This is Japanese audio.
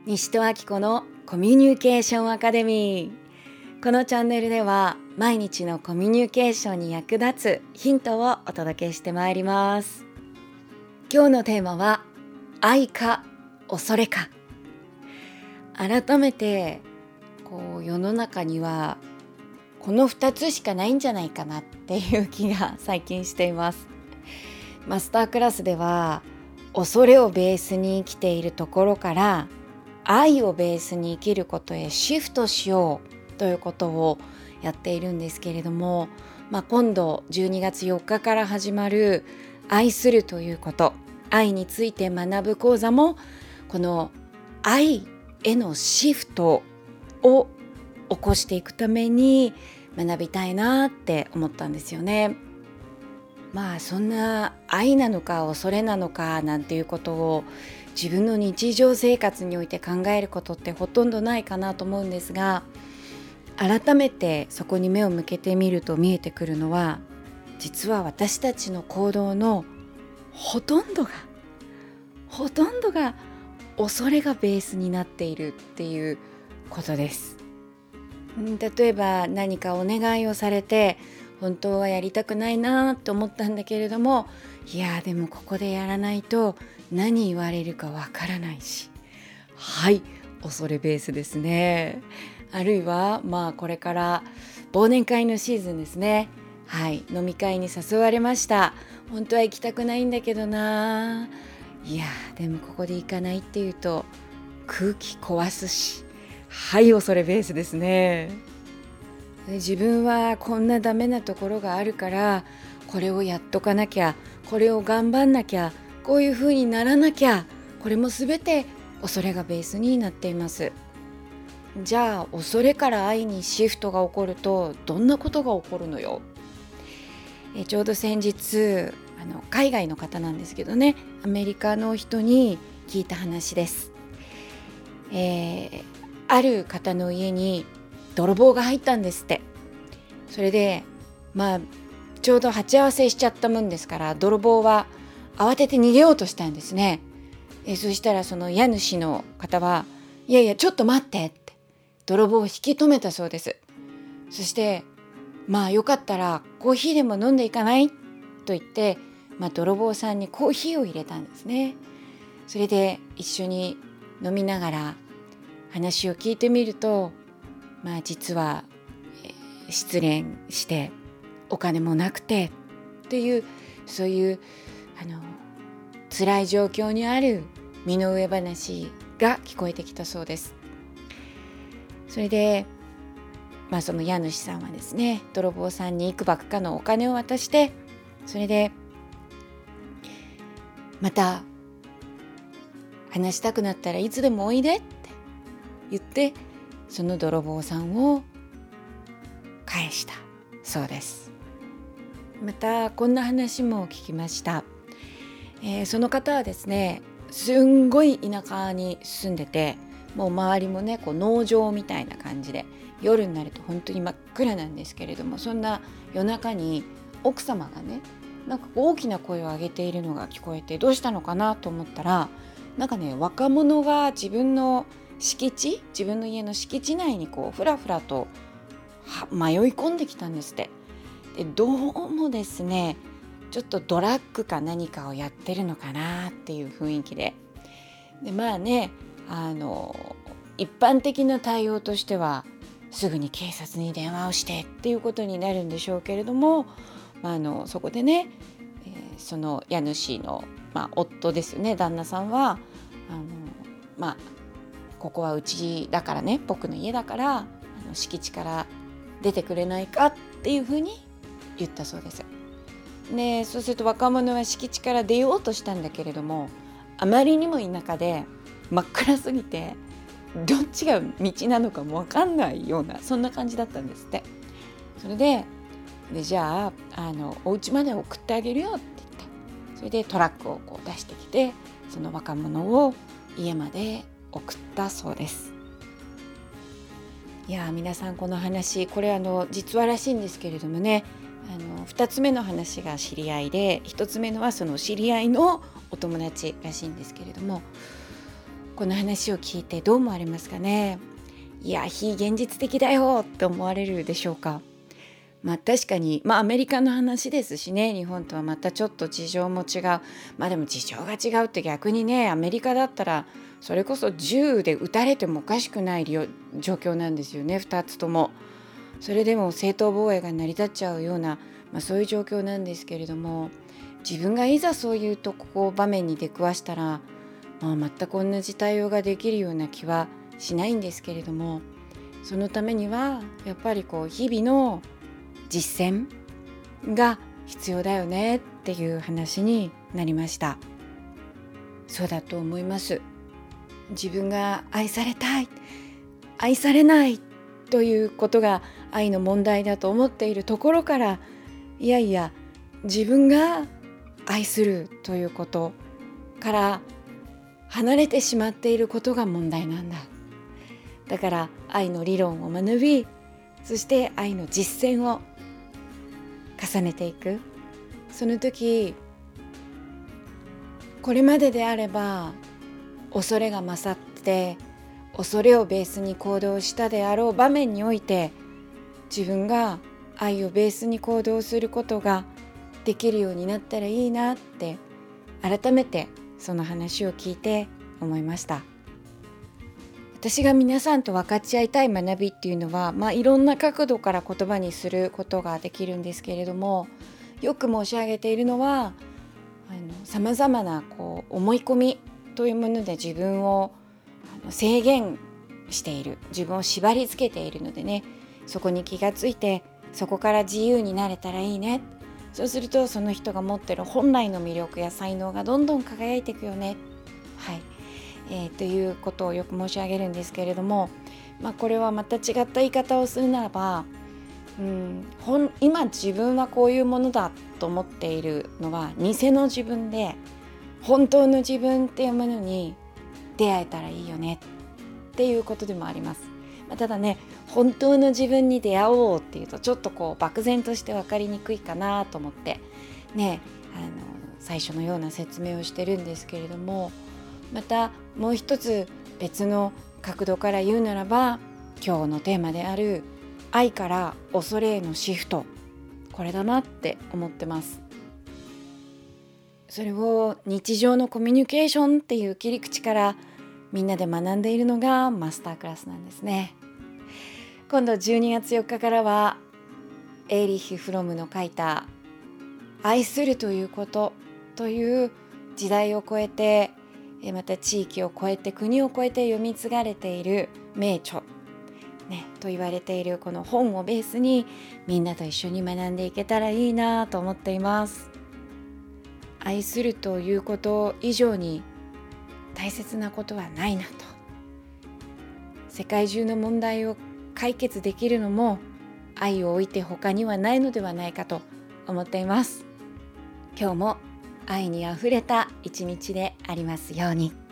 西戸明子のコミュニケーションアカデミー。このチャンネルでは毎日のコミュニケーションに役立つヒントをお届けしてまいります。今日のテーマは愛か恐れか。改めて世の中にはこの2つしかないんじゃないかなっていう気が最近しています。マスタークラスでは恐れをベースに生きているところから愛をベースに生きることへシフトしようということをやっているんですけれども、今度12月4日から始まる愛するということ、愛について学ぶ講座もこの愛へのシフトを起こしていくために学びたいなって思ったんですよね。そんな愛なのか恐れなのかなんていうことを自分の日常生活において考えることってほとんどないかなと思うんですが、改めてそこに目を向けてみると見えてくるのは、実は私たちの行動のほとんどが恐れがベースになっているっていうことです。例えば何かお願いをされて本当はやりたくないなと思ったんだけれども、でもここでやらないと何言われるかわからないし、恐れベースですね。あるいはこれから忘年会のシーズンですね。飲み会に誘われました。本当は行きたくないんだけどな、でもここで行かないっていうと空気壊すし、恐れベースですね。自分はこんなダメなところがあるからこれをやっとかなきゃ、これを頑張んなきゃ、こういう風にならなきゃ、これも全て恐れがベースになっています。じゃあ恐れから愛にシフトが起こるとどんなことが起こるのよ。ちょうど先日海外の方なんですけどね、アメリカの人に聞いた話です。ある方の家に泥棒が入ったんですって。それでちょうど鉢合わせしちゃったもんですから、泥棒は慌てて逃げようとしたんですね。そしたらその家主の方は、いやちょっと待ってって泥棒を引き止めたそうです。そしてよかったらコーヒーでも飲んでいかないと言って、泥棒さんにコーヒーを入れたんですね。それで一緒に飲みながら話を聞いてみると、実は失恋してお金もなくてっていう、そういう辛い状況にある身の上話が聞こえてきたそうです。それでその家主さんはですね、泥棒さんにいくばくかのお金を渡して、それでまた話したくなったらいつでもおいでって言ってその泥棒さんを返したそうです。またこんな話も聞きました。その方はですね、すんごい田舎に住んでて、もう周りもね農場みたいな感じで、夜になると本当に真っ暗なんですけれども、そんな夜中に奥様がね大きな声を上げているのが聞こえて、どうしたのかなと思ったら、若者が自分の家の敷地内にふらふらと迷い込んできたんですって。でどうもですね、ちょっとドラッグか何かをやってるのかなっていう雰囲気で、一般的な対応としてはすぐに警察に電話をしてっていうことになるんでしょうけれども、そこでね、その家主の、夫ですよね、旦那さんはここはうちだからね、僕の家だから敷地から出てくれないかっていうふうに言ったそうです。でそうすると若者は敷地から出ようとしたんだけれども、あまりにも田舎で真っ暗すぎてどっちが道なのかも分かんないような、そんな感じだったんですって。それでじゃあお家まで送ってあげるよって言って、それでトラックを出してきて、その若者を家まで送ったそうです。皆さんこの話、これ実話らしいんですけれどもね、2つ目の話が知り合いで、1つ目のはその知り合いのお友達らしいんですけれども、 この話を聞いてどう思われますかね。いや、非現実的だよって思われるでしょうか。確かに、アメリカの話ですしね、日本とはまたちょっと事情も違う。でも事情が違うって逆にね、アメリカだったらそれこそ銃で撃たれてもおかしくない状況なんですよね、2つとも。それでも正当防衛が成り立っちゃうような、そういう状況なんですけれども、自分がいざそういう場面に出くわしたら、全く同じ対応ができるような気はしないんですけれども、そのためにはやっぱり日々の実践が必要だよねっていう話になりました。そうだと思います。自分が愛されたい、愛されないということが愛の問題だと思っているところから、いやいや自分が愛するということから離れてしまっていることが問題なんだ。だから愛の理論を学び、そして愛の実践を重ねていく。その時、これまでであれば恐れが勝って恐れをベースに行動したであろう場面において、自分が愛をベースに行動することができるようになったらいいなって、改めてその話を聞いて思いました。私が皆さんと分かち合いたい学びっていうのは、いろんな角度から言葉にすることができるんですけれども、よく申し上げているのは、さまざまな思い込みというもので自分を制限している、自分を縛り付けているのでね、そこに気がついて、そこから自由になれたらいいね。そうするとその人が持っている本来の魅力や才能がどんどん輝いていくよね、ということをよく申し上げるんですけれども、これはまた違った言い方をするならば、今自分はこういうものだと思っているのは偽の自分で、本当の自分っていうものに出会えたらいいよねっていうことでもあります。ただね、本当の自分に出会おうっていうとちょっと漠然として分かりにくいかなと思ってね、最初のような説明をしてるんですけれども、またもう一つ別の角度から言うならば、今日のテーマである愛から恐れへのシフト、これだなって思ってます。それを日常のコミュニケーションっていう切り口からみんなで学んでいるのがマスタークラスなんですね。今度12月4日からはエーリッヒ・フロムの書いた愛するということという時代を超えて、また地域を超えて国を超えて読み継がれている名著、と言われているこの本をベースにみんなと一緒に学んでいけたらいいなと思っています。愛するということ以上に大切なことはないなと。世界中の問題を解決できるのも愛を置いて他にはないのではないかと思っています。今日も愛にあふれた一日でありますように。